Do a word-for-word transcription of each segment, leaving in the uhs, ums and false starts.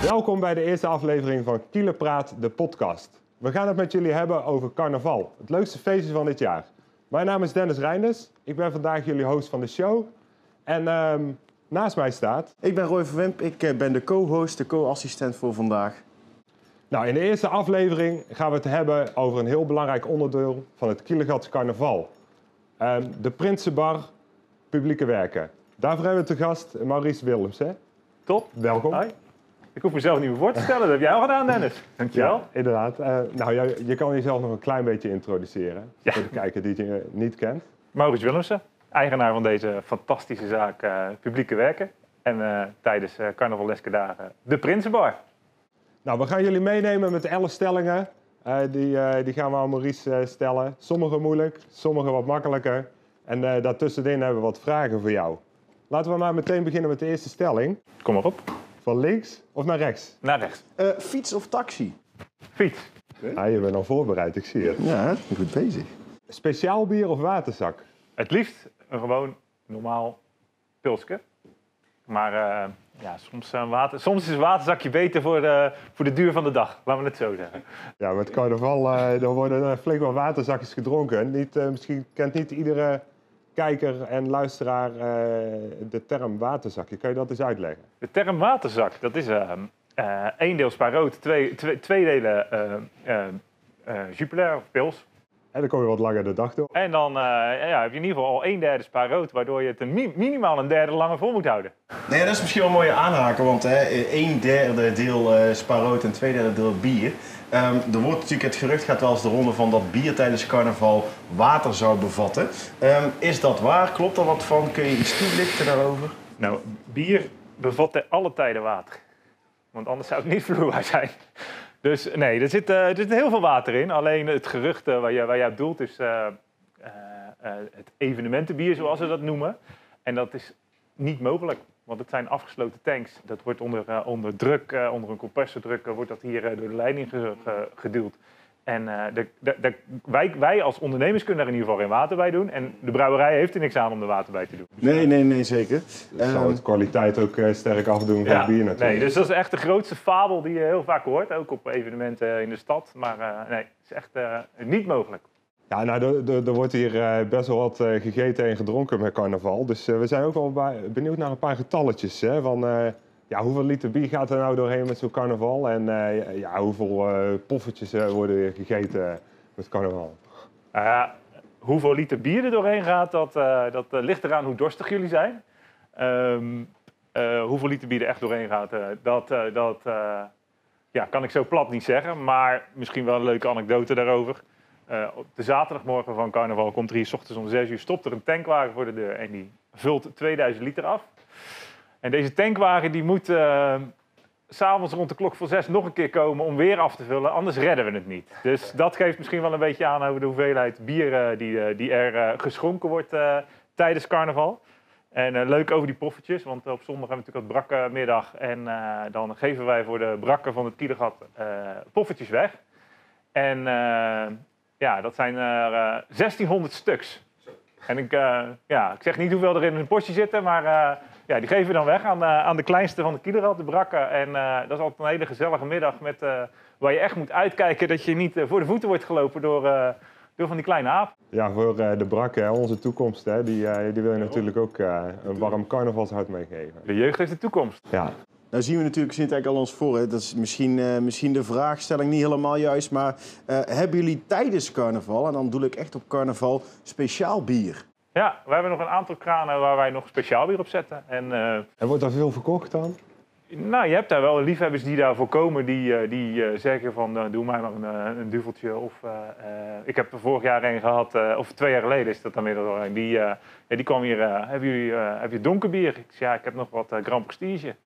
Welkom bij de eerste aflevering van Kielerpraat, de podcast. We gaan het met jullie hebben over carnaval, het leukste feestje van dit jaar. Mijn naam is Dennis Reinders, ik ben vandaag jullie host van de show. En um, naast mij staat... Ik ben Roy van Wimp, ik ben de co-host, de co-assistent voor vandaag. Nou, in de eerste aflevering gaan we het hebben over een heel belangrijk onderdeel van het Kielergatse carnaval. Um, de Prinsenbar, publieke werken. Daarvoor hebben we te gast Maurice Willems. Hè? Top. Welkom. Hoi. Ik hoef mezelf niet meer voor te stellen, dat heb jij al gedaan, Dennis. Dankjewel. Ja, inderdaad. Uh, nou, je, je kan jezelf nog een klein beetje introduceren. Ja. Voor de kijker die je niet kent. Maurice Willemsen, eigenaar van deze fantastische zaak uh, Publieke Werken. En uh, tijdens uh, carnavaleske dagen de Prinsenbar. Nou, we gaan jullie meenemen met elf stellingen. Uh, die, uh, die gaan we aan Maurice uh, stellen. Sommige moeilijk, sommige wat makkelijker. En uh, daartussenin hebben we wat vragen voor jou. Laten we maar meteen beginnen met de eerste stelling. Kom maar op. Van links of naar rechts? Naar rechts. Uh, fiets of taxi? Fiets. Ah, je bent al voorbereid, ik zie het. Ja, ik ben goed bezig. Speciaal bier of waterzak? Het liefst een gewoon normaal pilsje. Maar uh, ja, soms, uh, water, soms is een waterzakje beter voor de, voor de duur van de dag. Laten we het zo zeggen. Ja, met carnaval uh, dan worden er flink wat waterzakjes gedronken. Niet, uh, misschien kent niet iedere kijker en luisteraar uh, de term waterzakje. Kan je dat eens uitleggen? De term waterzak, dat is uh, uh, één deel spa rood, twee, twee, twee delen uh, uh, uh, Jupiler of pils. En dan kom je wat langer de dag door. En dan uh, ja, heb je in ieder geval al een derde spa rood, waardoor je het een mi minimaal een derde langer vol moet houden. Nee, dat is misschien wel een mooie aanhaken, want hè, een derde deel uh, spa rood en twee derde deel bier. Um, er wordt natuurlijk, het gerucht gaat wel eens de ronde van dat bier tijdens carnaval water zou bevatten. Um, is dat waar? Klopt er wat van? Kun je iets toelichten daarover? Nou, bier bevat te alle tijden water. Want anders zou het niet vloeibaar zijn. Dus nee, er zit, uh, er zit heel veel water in. Alleen het gerucht uh, waar jij waar je op doelt is uh, uh, uh, het evenementenbier, zoals ze dat noemen. En dat is niet mogelijk. Want het zijn afgesloten tanks. Dat wordt onder, uh, onder druk, uh, onder een compressordruk, uh, wordt dat hier uh, door de leiding ge ge geduwd. En uh, de, de, de, wij, wij als ondernemers kunnen daar in ieder geval geen water bij doen. En de brouwerij heeft er niks aan om er water bij te doen. Nee, nee, nee, zeker. Dus zou het kwaliteit ook uh, sterk afdoen van ja, het bier natuurlijk. Nee, dus dat is echt de grootste fabel die je heel vaak hoort. Ook op evenementen in de stad. Maar uh, nee, het is echt uh, niet mogelijk. Ja, nou, er wordt hier uh, best wel wat uh, gegeten en gedronken met carnaval. Dus uh, we zijn ook wel bij, benieuwd naar een paar getalletjes. Hè, van, uh, ja, hoeveel liter bier gaat er nou doorheen met zo'n carnaval? En uh, ja, hoeveel uh, poffertjes uh, worden er gegeten met carnaval? Uh, hoeveel liter bier er doorheen gaat, dat, uh, dat uh, ligt eraan hoe dorstig jullie zijn. Um, uh, hoeveel liter bier er echt doorheen gaat, uh, dat, uh, dat uh, ja, kan ik zo plat niet zeggen. Maar misschien wel een leuke anekdote daarover. Uh, op de zaterdagmorgen van carnaval komt er hier 's ochtends om zes uur stopt er een tankwagen voor de deur en die vult tweeduizend liter af. En deze tankwagen die moet uh, 's avonds rond de klok van zes nog een keer komen om weer af te vullen, anders redden we het niet. Dus dat geeft misschien wel een beetje aan over de hoeveelheid bier uh, die, uh, die er uh, geschonken wordt uh, tijdens carnaval. En uh, leuk over die poffertjes, want op zondag hebben we natuurlijk wat brakke middag en uh, dan geven wij voor de brakken van het Kielergat uh, poffertjes weg. En uh, ja, dat zijn er uh, zestienhonderd stuks. En ik, uh, ja, ik zeg niet hoeveel er in een potje zitten, maar uh, ja, die geven we dan weg aan, uh, aan de kleinste van de Kielergat, de brakken. En uh, dat is altijd een hele gezellige middag met, uh, waar je echt moet uitkijken dat je niet uh, voor de voeten wordt gelopen door, uh, door van die kleine aap. Ja, voor uh, de brakken, onze toekomst, hè, die, uh, die wil je natuurlijk ook uh, een warm carnavalshart meegeven. De jeugd heeft de toekomst. Ja. Nou zien we natuurlijk, we zien het eigenlijk al ons voor. Hè. Dat is misschien, uh, misschien de vraagstelling niet helemaal juist. Maar uh, hebben jullie tijdens carnaval, en dan doe ik echt op carnaval, speciaal bier? Ja, we hebben nog een aantal kranen waar wij nog speciaal bier op zetten. En, uh, en wordt daar veel verkocht dan? Nou, je hebt daar wel liefhebbers die daarvoor komen, die, die uh, zeggen van uh, doe mij maar een, een duveltje. Of, uh, uh, ik heb er vorig jaar een gehad, uh, of twee jaar geleden is dat dan inmiddels al een. Die, uh, ja, die kwam hier, uh, hebben jullie uh, heb je donkerbier? Ik zei, ja, ik heb nog wat uh, Grand Prestige.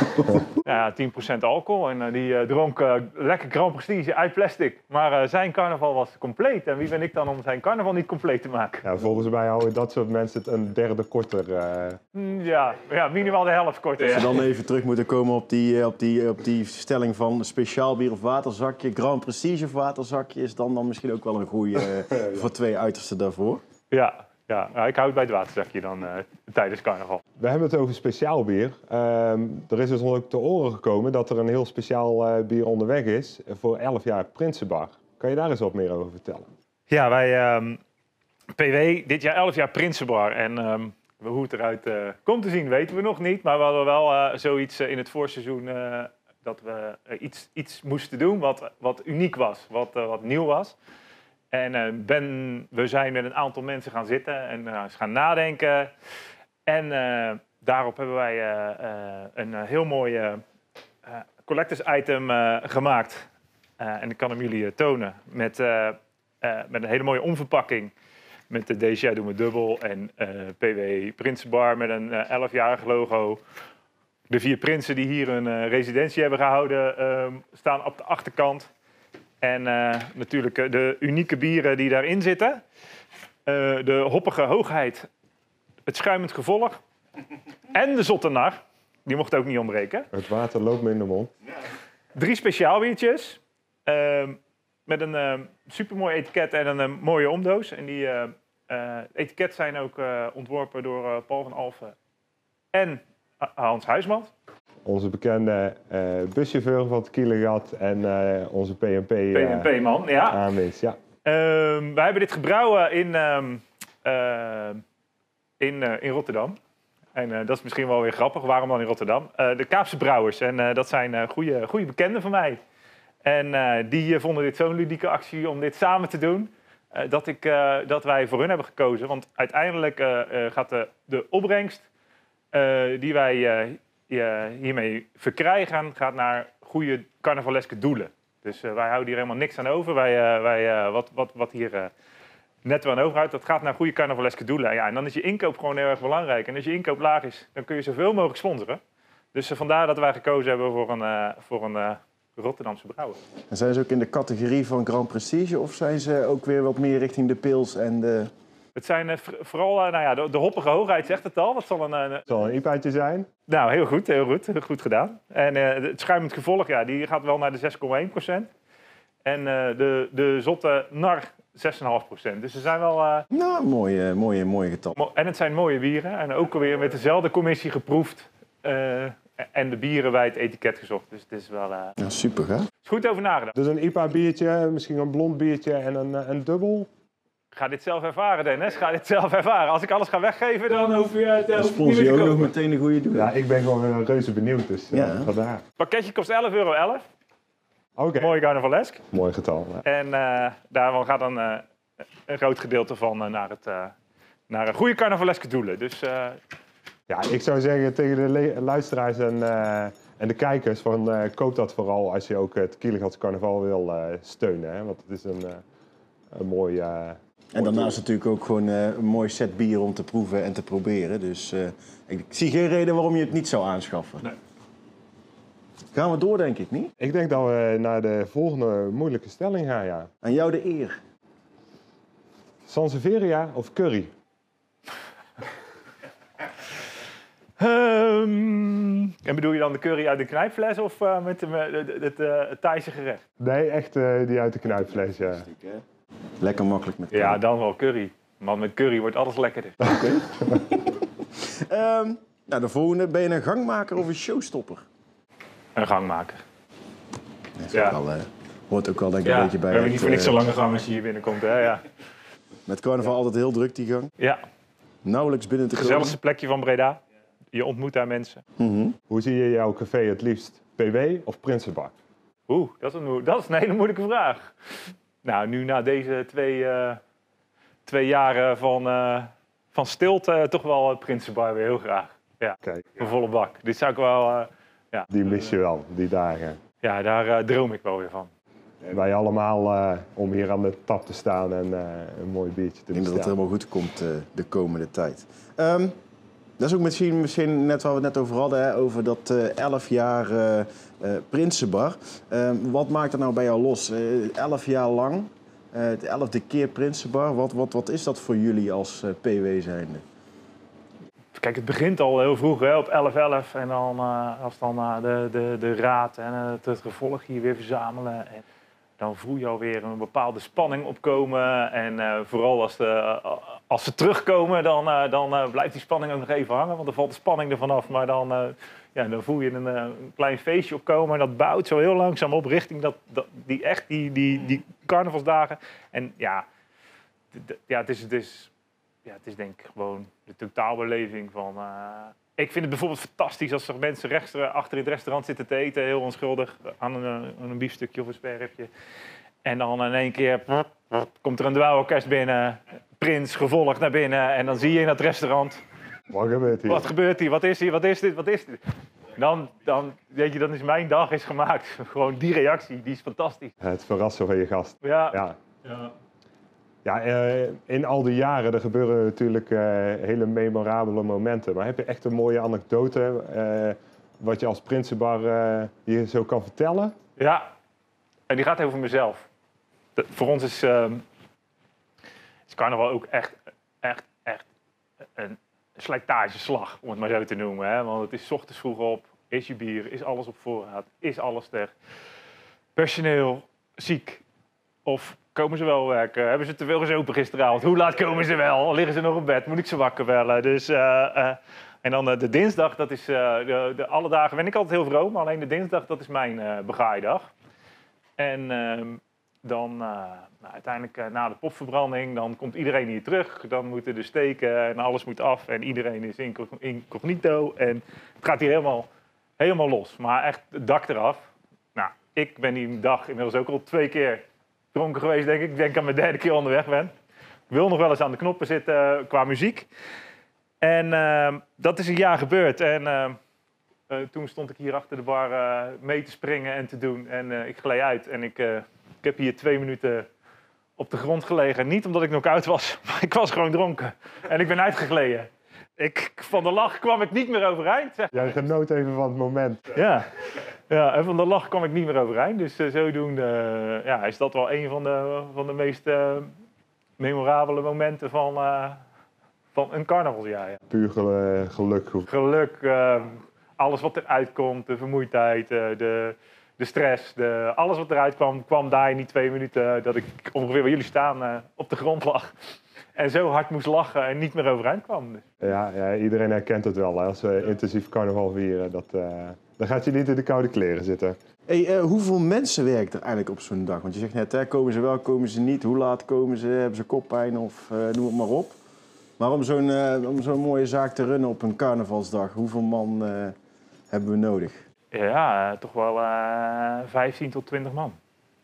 Ja, tien procent alcohol en uh, die uh, dronk uh, lekker Grand Prestige uit plastic. Maar uh, zijn carnaval was compleet. En wie ben ik dan om zijn carnaval niet compleet te maken? Ja, volgens mij houden dat soort mensen het een derde korter. Uh... Mm, ja, ja, minimaal de helft korter. Als ja. we dan even terug moeten komen op die, op die, op die stelling van speciaal bier of waterzakje. Grand Prestige of waterzakje is dan, dan misschien ook wel een goede uh, voor twee uitersten daarvoor. Ja. Ja, nou, ik hou het bij het waterzakje dan uh, tijdens carnaval. We hebben het over speciaal bier. Um, er is dus ook te oren gekomen dat er een heel speciaal uh, bier onderweg is voor elf jaar Prinsenbar. Kan je daar eens wat meer over vertellen? Ja, wij um, P W dit jaar elf jaar Prinsenbar. En um, hoe het eruit uh, komt te zien weten we nog niet. Maar we hadden wel uh, zoiets uh, in het voorseizoen uh, dat we uh, iets, iets moesten doen wat, wat uniek was, wat, uh, wat nieuw was. En uh, ben, we zijn met een aantal mensen gaan zitten en uh, gaan nadenken. En uh, daarop hebben wij uh, uh, een uh, heel mooi uh, uh, collectors item uh, gemaakt. Uh, en ik kan hem jullie uh, tonen met, uh, uh, met een hele mooie omverpakking. Met de Deze Jaar Doen We Dubbel en uh, P W Prinsenbar met een uh, elfjarig logo. De vier prinsen die hier een uh, residentie hebben gehouden uh, staan op de achterkant. En uh, natuurlijk uh, de unieke bieren die daarin zitten. Uh, de hoppige hoogheid, het schuimend gevolg en de zotte nar. Die mocht ook niet ontbreken. Het water loopt me in de mond. Drie speciaal biertjes. Uh, met een uh, supermooi etiket en een uh, mooie omdoos. En die uh, uh, etiket zijn ook uh, ontworpen door uh, Paul van Alphen en uh, Hans Huisman. Onze bekende uh, buschauffeur van het Kielegat en uh, onze P en P uh, P en P-man, ja. aanwezig. Ja. Uh, wij hebben dit gebrouwen in, um, uh, in, uh, in Rotterdam. En uh, dat is misschien wel weer grappig. Waarom dan in Rotterdam? Uh, de Kaapse Brouwers. En uh, dat zijn uh, goede, goede bekenden van mij. En uh, die uh, vonden dit zo'n ludieke actie om dit samen te doen. Uh, dat, ik, uh, dat wij voor hun hebben gekozen. Want uiteindelijk uh, uh, gaat de, de opbrengst uh, die wij uh, hiermee verkrijgen, gaat naar goede carnavaleske doelen. Dus uh, wij houden hier helemaal niks aan over. Wij, uh, wij, uh, wat, wat, wat hier uh, net aan overhoudt, dat gaat naar goede carnavaleske doelen. Ja, en dan is je inkoop gewoon heel erg belangrijk. En als je inkoop laag is, dan kun je zoveel mogelijk sponsoren. Dus uh, vandaar dat wij gekozen hebben voor een, uh, voor een uh, Rotterdamse brouwer. En zijn ze ook in de categorie van Grand Prestige of zijn ze ook weer wat meer richting de pils en de... Het zijn uh, vooral uh, nou ja, de, de hoppige hoogheid, zegt het al. Wat zal een, uh, Het zal een I P A'tje zijn. Nou, heel goed, heel goed. Goed gedaan. En uh, het schuimend gevolg, ja, die gaat wel naar de zes komma één procent. En uh, de, de zotte nar zes komma vijf procent. Dus ze zijn wel... Uh, nou, mooie, mooie, mooie getal. Mo- en het zijn mooie bieren. En ook alweer met dezelfde commissie geproefd. Uh, en de bieren bij het etiket gezocht. Dus het is wel... Uh, ja, super, hè? is goed over nagedacht. Dus een I P A biertje, misschien een blond biertje en een, een dubbel. Ga dit zelf ervaren, Dennis. Ga dit zelf ervaren. Als ik alles ga weggeven, dan hoef je het Dan sponsor je ook nog meteen de goede doel. Ja, ik ben gewoon een reuze benieuwd, dus uh, Ja. vandaar. Het pakketje kost elf euro elf. Oké, Okay. Mooi carnavalesk. mooi getal. Ja. En uh, daarvan gaat dan uh, een groot gedeelte van uh, naar, het, uh, naar een goede carnavaleske doelen. Dus... Uh, Ja, ik zou zeggen tegen de le- luisteraars en, uh, en de kijkers, van, uh, koop dat vooral als je ook het Kielegatse carnaval wil uh, steunen. Hè? Want het is een, uh, een mooi... Uh, En daarnaast natuurlijk ook gewoon uh, een mooi set bier om te proeven en te proberen. Dus uh, ik zie geen reden waarom je het niet zou aanschaffen. Nee. Gaan we door, denk ik, niet? Ik denk dat we naar de volgende moeilijke stelling gaan, ja. Aan jou de eer. Sansevieria of curry? Um, en bedoel je dan de curry uit de knijpfles of uh, met, met het, het, uh, het Thaise gerecht? Nee, echt uh, die uit de knuipvlees, ja. Lekker makkelijk met Ja, dan wel curry. Want met curry wordt alles lekkerder. Oké. Okay. um, nou, de volgende. Ben je een gangmaker of een showstopper? Een gangmaker. Dat is Ja. ook al, uh, hoort ook wel denk ik Ja, een beetje bij. we hebben niet voor niks uh, zo lange gang als je hier binnenkomt. Hè? Ja. Met carnaval altijd heel druk die gang. Ja, Nauwelijks binnen te het komen. gezelligste plekje van Breda. Je ontmoet daar mensen. Mm-hmm. Hoe zie je jouw café het liefst? P W of Prinsenbar? Oeh, dat is een, moe- dat is een hele moeilijke vraag. Nou, nu na deze twee, uh, twee jaren van, uh, van stilte uh, toch wel het Prinsenbar weer heel graag. Ja, Kijk, een volle bak. Dit zou ik wel... Uh, ja. die mis je wel, die dagen. Ja, daar uh, droom ik wel weer van. Wij allemaal uh, om hier aan de tap te staan en uh, een mooi biertje te Ik denk dat het bestellen. helemaal goed komt uh, de komende tijd. Um, dat is ook misschien, misschien net waar we het net over hadden, hè, over dat uh, elf jaar uh, uh, Prinsenbar. Um, wat maakt dat nou bij jou los? Uh, elf jaar lang, uh, de elfde keer Prinsenbar. Wat, wat, wat is dat voor jullie als uh, P W zijnde? Kijk, het begint al heel vroeg hè, op elf elf en dan uh, als dan uh, de, de, de raad en uh, het, het gevolg hier weer verzamelen. En dan voel je alweer een bepaalde spanning opkomen. En uh, vooral als, de, uh, als ze terugkomen, dan, uh, dan uh, blijft die spanning ook nog even hangen. Want dan valt de spanning er vanaf. Maar dan, uh, ja, dan voel je een, uh, een klein feestje opkomen. En dat bouwt zo heel langzaam op richting dat, dat, die, echt die, die, die carnavalsdagen. En ja, d- d- ja, het, is, het, is, ja, het is denk ik gewoon de totaalbeleving van... Uh, ik vind het bijvoorbeeld fantastisch als er mensen rechts achter in het restaurant zitten te eten, heel onschuldig, aan een, aan een biefstukje of een sperripje. En dan in één keer komt er een dweilorkest binnen, Prins gevolgd naar binnen en dan zie je in dat restaurant... Wat gebeurt hier? Wat gebeurt hier? Wat is hier? Wat is dit? Wat is dit? Dan, dan, weet je, dan is mijn dag is gemaakt. Gewoon die reactie, die is fantastisch. Het verrassen van je gast. Ja. Ja. Ja. Ja, uh, in al die jaren er gebeuren natuurlijk uh, hele memorabele momenten. Maar heb je echt een mooie anekdote uh, wat je als Prinsenbar uh, je zo kan vertellen? Ja, en die gaat over mezelf. De, voor ons is, uh, is carnaval ook echt, echt, echt een slijtageslag, om het maar zo te noemen. Hè? Want het is 's ochtends vroeg op, is je bier, is alles op voorraad, is alles er. Personeel, ziek of... Komen ze wel werken? Hebben ze te veel gezopen gisteravond? Hoe laat komen ze wel? Liggen ze nog op bed? Moet ik ze wakker bellen? Dus, uh, uh, en dan uh, de dinsdag, dat is uh, de, de, alle dagen ben ik altijd heel vroom. Alleen de dinsdag, dat is mijn uh, begaaidag. En uh, dan uh, nou, uiteindelijk uh, na de popverbranding, dan komt iedereen hier terug. Dan moeten de steken en alles moet af. En iedereen is incognito. En het gaat hier helemaal, helemaal los. Maar echt het dak eraf. Nou, ik ben die dag inmiddels ook al twee keer... dronken geweest, denk ik. Ik denk dat ik aan mijn derde keer onderweg ben. Ik wil nog wel eens aan de knoppen zitten uh, qua muziek. En uh, dat is een jaar gebeurd. En uh, uh, toen stond ik hier achter de bar uh, mee te springen en te doen. En uh, ik gleed uit. En ik, uh, ik heb hier twee minuten op de grond gelegen. Niet omdat ik knock-out was, maar ik was gewoon dronken. En ik ben uitgegleden. Ik, van de lach kwam ik niet meer overeind. Zeg. Jij genoot even van het moment. Ja. Ja, en van de lach kwam ik niet meer overeind. Dus uh, zodoende uh, ja, is dat wel een van de, van de meest uh, memorabele momenten van, uh, van een carnavalsjaar. Ja. Puur gel- geluk. Geluk, uh, alles wat eruit komt, de vermoeidheid, uh, de, de stress, de, alles wat eruit kwam, kwam daar in die twee minuten dat ik ongeveer waar jullie staan uh, op de grond lag. En zo hard moest lachen en niet meer overeind kwam. Dus. Ja, ja, iedereen herkent het wel. Hè. Als we intensief carnaval vieren, dat, uh, dan gaat je niet in de koude kleren zitten. Hey, uh, hoeveel mensen werkt er eigenlijk op zo'n dag? Want je zegt net, hè, komen ze wel, komen ze niet? Hoe laat komen ze? Hebben ze koppijn of uh, noem het maar op. Maar om zo'n uh, om zo'n mooie zaak te runnen op een carnavalsdag, hoeveel man uh, hebben we nodig? Ja, uh, toch wel uh, vijftien tot twintig man.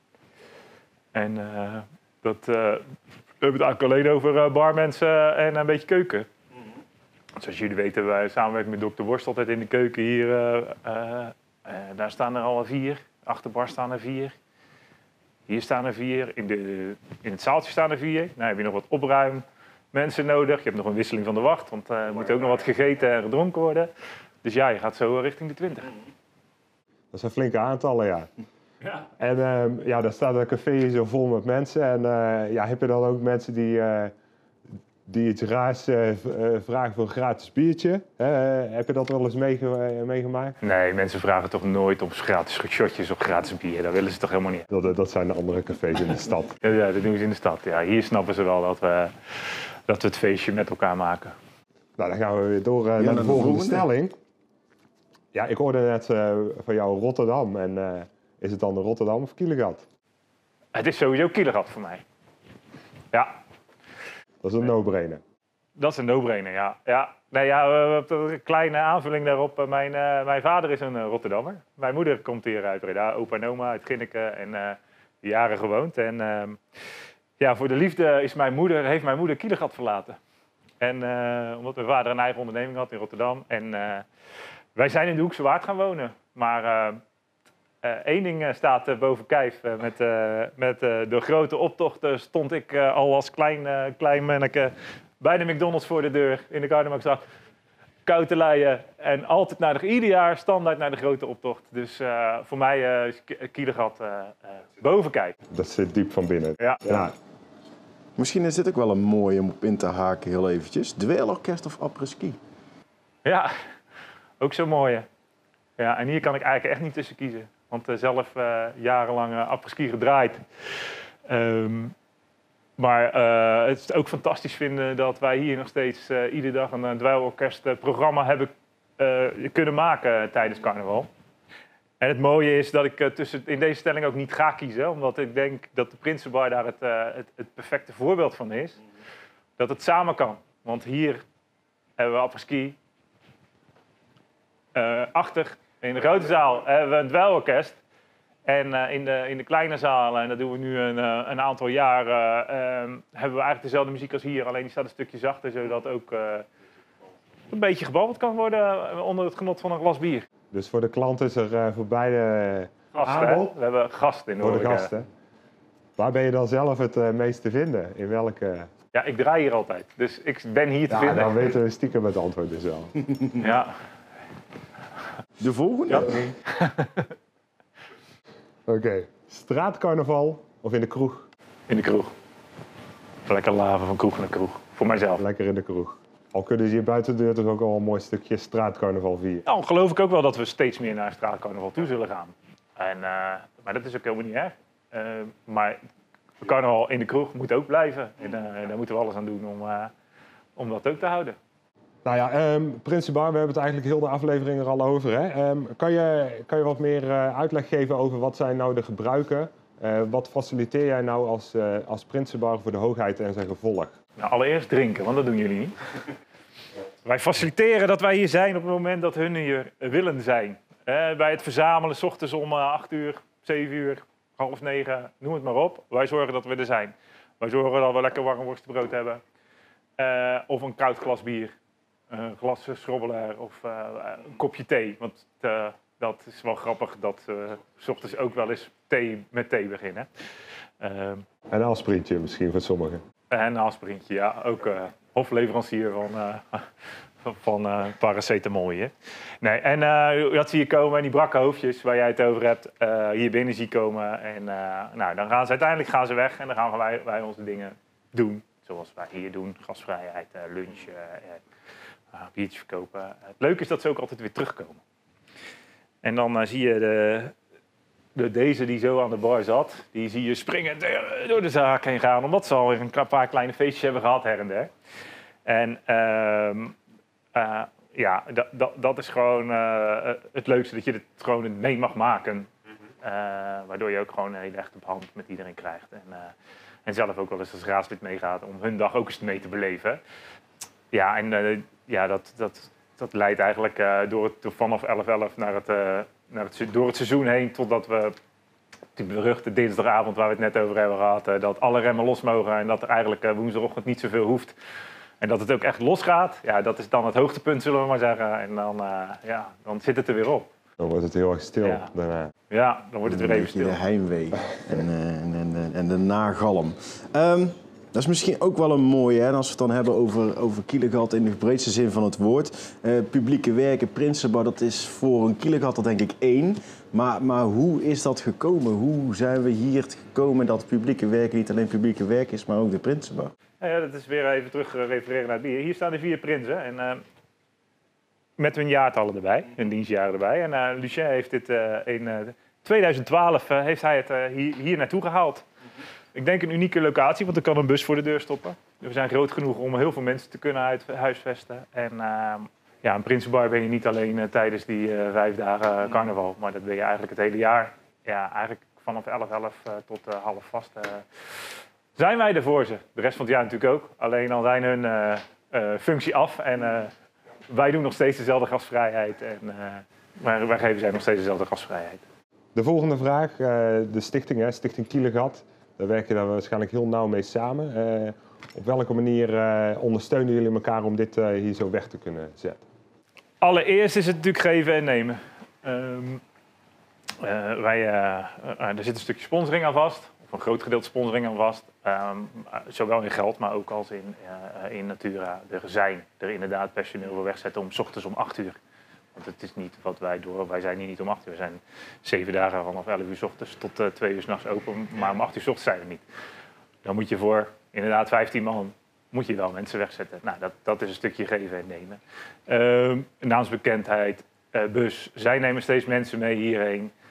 En uh, dat... Uh, We hebben het eigenlijk alleen over uh, barmensen en een beetje keuken. Mm-hmm. Zoals jullie weten, wij samenwerken met dokter Worst altijd in de keuken hier. Uh, uh, uh, daar staan er al vier. Achterbar staan er vier. Hier staan er vier. In, de, in het zaaltje staan er vier. Nou heb je nog wat opruimmensen nodig. Je hebt nog een wisseling van de wacht, want uh, er moet ook nog wat gegeten en gedronken worden. Dus ja, je gaat zo richting de twintig. Dat zijn flinke aantallen, ja. Ja. En uh, ja, daar staat een café zo vol met mensen. En uh, ja, heb je dan ook mensen die, uh, die iets raars uh, vragen voor een gratis biertje? Uh, heb je dat wel eens meege meegemaakt? Nee, mensen vragen toch nooit om gratis shotjes of gratis bier. Dat willen ze toch helemaal niet. Dat, dat zijn de andere cafés in de stad. Ja, ja, dat doen ze in de stad. Ja, hier snappen ze wel dat we, dat we het feestje met elkaar maken. Nou, dan gaan we weer door uh, naar de, de volgende, volgende stelling. Ja, ik hoorde net uh, van jou Rotterdam. En, uh, is het dan de Rotterdam of Kielegat? Het is sowieso Kielegat voor mij. Ja. Dat is een no-brainer. Dat is een no-brainer, ja. ja. Nee, ja, een kleine aanvulling daarop. Mijn, uh, mijn vader is een uh, Rotterdammer. Mijn moeder komt hier uit Breda, opa en oma uit Ginneke en uh, jaren gewoond. En uh, ja, voor de liefde is mijn moeder, heeft mijn moeder Kielegat verlaten. En uh, omdat mijn vader een eigen onderneming had in Rotterdam. En uh, wij zijn in de Hoekse Waard gaan wonen. Maar uh, uh, één ding uh, staat uh, boven kijf. Uh, met uh, met uh, de grote optocht uh, stond ik uh, al als klein, uh, klein manneke bij de McDonald's voor de deur in de Karnemelkstraat. Koud te leien en altijd naar de, ieder jaar standaard naar de grote optocht. Dus uh, voor mij uh, is Kielegat uh, uh, boven kijf. Dat zit diep van binnen. Ja. Ja. Misschien is dit ook wel een mooie om op in te haken heel eventjes. Dweilorkest of après-ski? Ja, ook zo'n mooie. Ja, en hier kan ik eigenlijk echt niet tussen kiezen. Want uh, zelf uh, jarenlang uh, apres-ski gedraaid. Um, maar uh, het is ook fantastisch vinden dat wij hier nog steeds uh, iedere dag een, een dweilorkestprogramma hebben uh, kunnen maken tijdens carnaval. En het mooie is dat ik uh, tussen, in deze stelling ook niet ga kiezen. Omdat ik denk dat de Prinsenbar daar het, uh, het, het perfecte voorbeeld van is. Dat het samen kan. Want hier hebben we apres-ski. Uh, achter, in de grote zaal, hebben we een dweilorkest. En uh, in, de, in de kleine zaal, en dat doen we nu een, uh, een aantal jaar, uh, um, hebben we eigenlijk dezelfde muziek als hier. Alleen die staat een stukje zachter, zodat ook uh, een beetje gebabbeld kan worden onder het genot van een glas bier. Dus voor de klant is er uh, voor beide gasten, aanbod. We hebben gasten in de Voor de gasten. Waar ben je dan zelf het uh, meest te vinden? In welke... Ja, ik draai hier altijd. Dus ik ben hier te ja, vinden. Dan weten we stiekem het antwoord dus wel. Ja. De volgende? Ja. Oké. Okay. Straatcarnaval of in de kroeg? In de kroeg. Lekker laven van kroeg naar kroeg. Voor mijzelf. Lekker in de kroeg. Al kunnen ze hier buiten de deur toch ook al een mooi stukje straatcarnaval vieren. Nou, geloof ik ook wel dat we steeds meer naar straatcarnaval toe zullen gaan. En, uh, maar dat is ook helemaal niet erg. Uh, maar carnaval in de kroeg moet ook blijven. En uh, daar moeten we alles aan doen om, uh, om dat ook te houden. Nou ja, um, Prinsenbar, we hebben het eigenlijk heel de aflevering er al over. Hè? Um, kan, je, kan je wat meer uh, uitleg geven over wat zijn nou de gebruiken? Uh, wat faciliteer jij nou als, uh, als Prinsenbar voor de hoogheid en zijn gevolg? Nou, allereerst drinken, want dat doen jullie niet. Wij faciliteren dat wij hier zijn op het moment dat hun hier willen zijn. Uh, bij het verzamelen, 's ochtends om uh, acht uur, zeven uur, half negen, noem het maar op. Wij zorgen dat we er zijn. Wij zorgen dat we lekker warm worstenbrood hebben. Uh, of een koud glas bier. Een uh, glas schrobbelaar of uh, een kopje thee. Want uh, dat is wel grappig dat we uh, 's ochtends ook wel eens thee met thee beginnen. Uh, een aspirintje misschien voor sommigen. En een aspirintje, ja. Ook uh, hofleverancier van, uh, van uh, paracetamol hier. Nee, en uh, dat zie je komen en die brakke hoofdjes waar jij het over hebt, uh, hier binnen zie komen. En uh, nou, dan gaan ze uiteindelijk gaan ze weg en dan gaan wij, wij onze dingen doen. Zoals wij hier doen, gastvrijheid, uh, lunch, uh, uh, biertjes verkopen. Het leuke is dat ze ook altijd weer terugkomen. En dan uh, zie je de, de, deze die zo aan de bar zat, die zie je springen door de zaak heen gaan. Omdat ze alweer een paar kleine feestjes hebben gehad her en der. En uh, uh, ja, dat, dat, dat is gewoon uh, het leukste, dat je het gewoon mee mag maken. Uh, waardoor je ook gewoon een hele echte band met iedereen krijgt. En, uh, en zelf ook wel eens als raadslid meegaat om hun dag ook eens mee te beleven. Ja, en uh, ja, dat, dat, dat leidt eigenlijk uh, door het, door vanaf elf elf naar het, uh, naar het, door het seizoen heen. Totdat we die beruchte dinsdagavond waar we het net over hebben gehad. Uh, dat alle remmen los mogen en dat er eigenlijk uh, woensdagochtend niet zoveel hoeft. En dat het ook echt losgaat. Ja, dat is dan het hoogtepunt, zullen we maar zeggen. En dan, uh, ja, dan zit het er weer op. Dan wordt het heel erg stil ja. daarna. Ja, dan wordt het weer even stil. De heimwee en, uh, en, en, en de nagalm. Um, dat is misschien ook wel een mooie, hè, als we het dan hebben over, over Kielegat in de breedste zin van het woord. Uh, publieke werken, Prinsenbar, dat is voor een Kielegat dat denk ik één. Maar, maar hoe is dat gekomen? Hoe zijn we hier gekomen dat publieke werken niet alleen publieke werk is, maar ook de Prinsenbar? Ja, dat is weer even terug refereren naar het bier. Hier staan de vier prinsen. En, uh, met hun jaartallen erbij, hun dienstjaren erbij. En uh, Lucien heeft dit uh, in uh, twintig twaalf uh, heeft hij het uh, hier, hier naartoe gehaald. Ik denk een unieke locatie, want er kan een bus voor de deur stoppen. We zijn groot genoeg om heel veel mensen te kunnen uit, huisvesten. En uh, ja, een Prinsenbar ben je niet alleen uh, tijdens die uh, vijf dagen uh, carnaval, maar dat ben je eigenlijk het hele jaar. Ja, eigenlijk vanaf elf elf uh, tot uh, half vast uh, zijn wij er voor ze. De rest van het jaar natuurlijk ook. Alleen dan zijn hun uh, uh, functie af en uh, wij doen nog steeds dezelfde gastvrijheid. En, uh, maar wij geven zij nog steeds dezelfde gastvrijheid. De volgende vraag, uh, de stichting, hè, Stichting Kielegat. Daar werk je daar waarschijnlijk heel nauw mee samen. Uh, op welke manier uh, ondersteunen jullie elkaar om dit uh, hier zo weg te kunnen zetten? Allereerst is het natuurlijk geven en nemen. Um, uh, wij, uh, uh, er zit een stukje sponsoring aan vast. Of een groot gedeelte sponsoring aan vast. Um, uh, zowel in geld, maar ook als in, uh, in Natura. Er zijn er inderdaad personeel voor wegzetten om 's ochtends om acht uur. Want het is niet wat wij doen. Wij zijn hier niet om acht uur. We zijn zeven dagen vanaf elf uur 's ochtends tot uh, twee uur 's nachts open. Maar om acht uur 's ochtends zijn we niet. Dan moet je voor inderdaad vijftien man moet je wel mensen wegzetten. Nou, dat, dat is een stukje geven en nemen. Uh, naamsbekendheid, uh, bus. Zij nemen steeds mensen mee hierheen.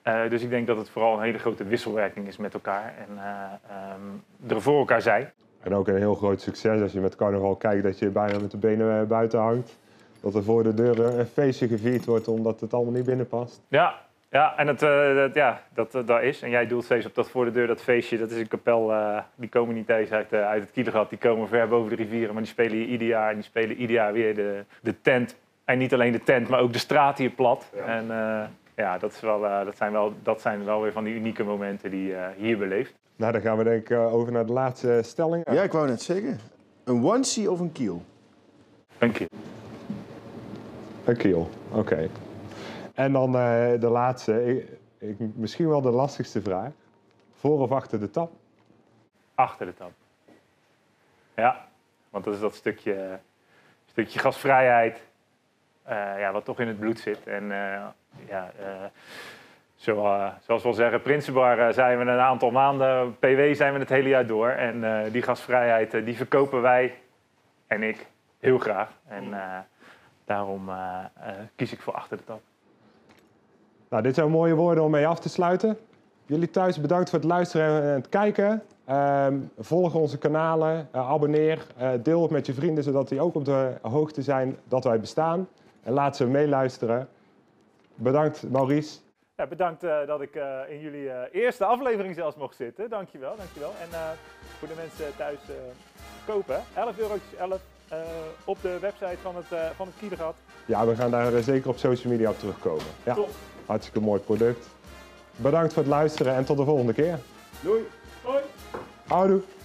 Uh, dus ik denk dat het vooral een hele grote wisselwerking is met elkaar en uh, um, er voor elkaar zijn. En ook een heel groot succes als je met carnaval kijkt dat je bijna met de benen buiten hangt. Dat er voor de deur een feestje gevierd wordt omdat het allemaal niet binnen past. Ja, ja en het, uh, dat, ja, dat, uh, dat is. En jij doelt steeds op dat voor de deur, dat feestje. Dat is een kapel, uh, die komen niet eens uit, uh, uit het Kielegat. Die komen ver boven de rivieren, maar die spelen hier ieder jaar. En die spelen ieder jaar weer de, de tent. En niet alleen de tent, maar ook de straat hier plat. Ja. En uh, ja, dat, is wel, uh, dat, zijn wel, dat zijn wel weer van die unieke momenten die je uh, hier beleeft. Nou, dan gaan we denk ik uh, over naar de laatste stelling. Ja, ik wou net zeggen. Een onesie of een kiel? Een kiel. Een kiel, oké. Okay. En dan uh, de laatste, ik, ik, misschien wel de lastigste vraag. Voor of achter de tap? Achter de tap. Ja, want dat is dat stukje, stukje gasvrijheid, uh, ja, wat toch in het bloed zit. En uh, ja, uh, zo, uh, zoals we al zeggen, Prinsenbar uh, zijn we een aantal maanden, P W zijn we het hele jaar door. En uh, die gasvrijheid, uh, die verkopen wij en ik heel graag. En uh, daarom uh, uh, kies ik voor achter de tap. Nou, dit zijn mooie woorden om mee af te sluiten. Jullie thuis bedankt voor het luisteren en het kijken. Uh, volg onze kanalen, uh, abonneer, uh, deel het met je vrienden zodat die ook op de hoogte zijn dat wij bestaan. En laat ze meeluisteren. Bedankt Maurice. Ja, bedankt uh, dat ik uh, in jullie uh, eerste aflevering zelfs mocht zitten. Dankjewel, dankjewel. En uh, voor de mensen thuis uh, kopen, elf euro elf uh, op de website van het, uh, van het Kielegat. Ja, we gaan daar uh, zeker op social media op terugkomen. Ja, top. Hartstikke mooi product. Bedankt voor het luisteren en tot de volgende keer. Doei. Hoi. Houdoe.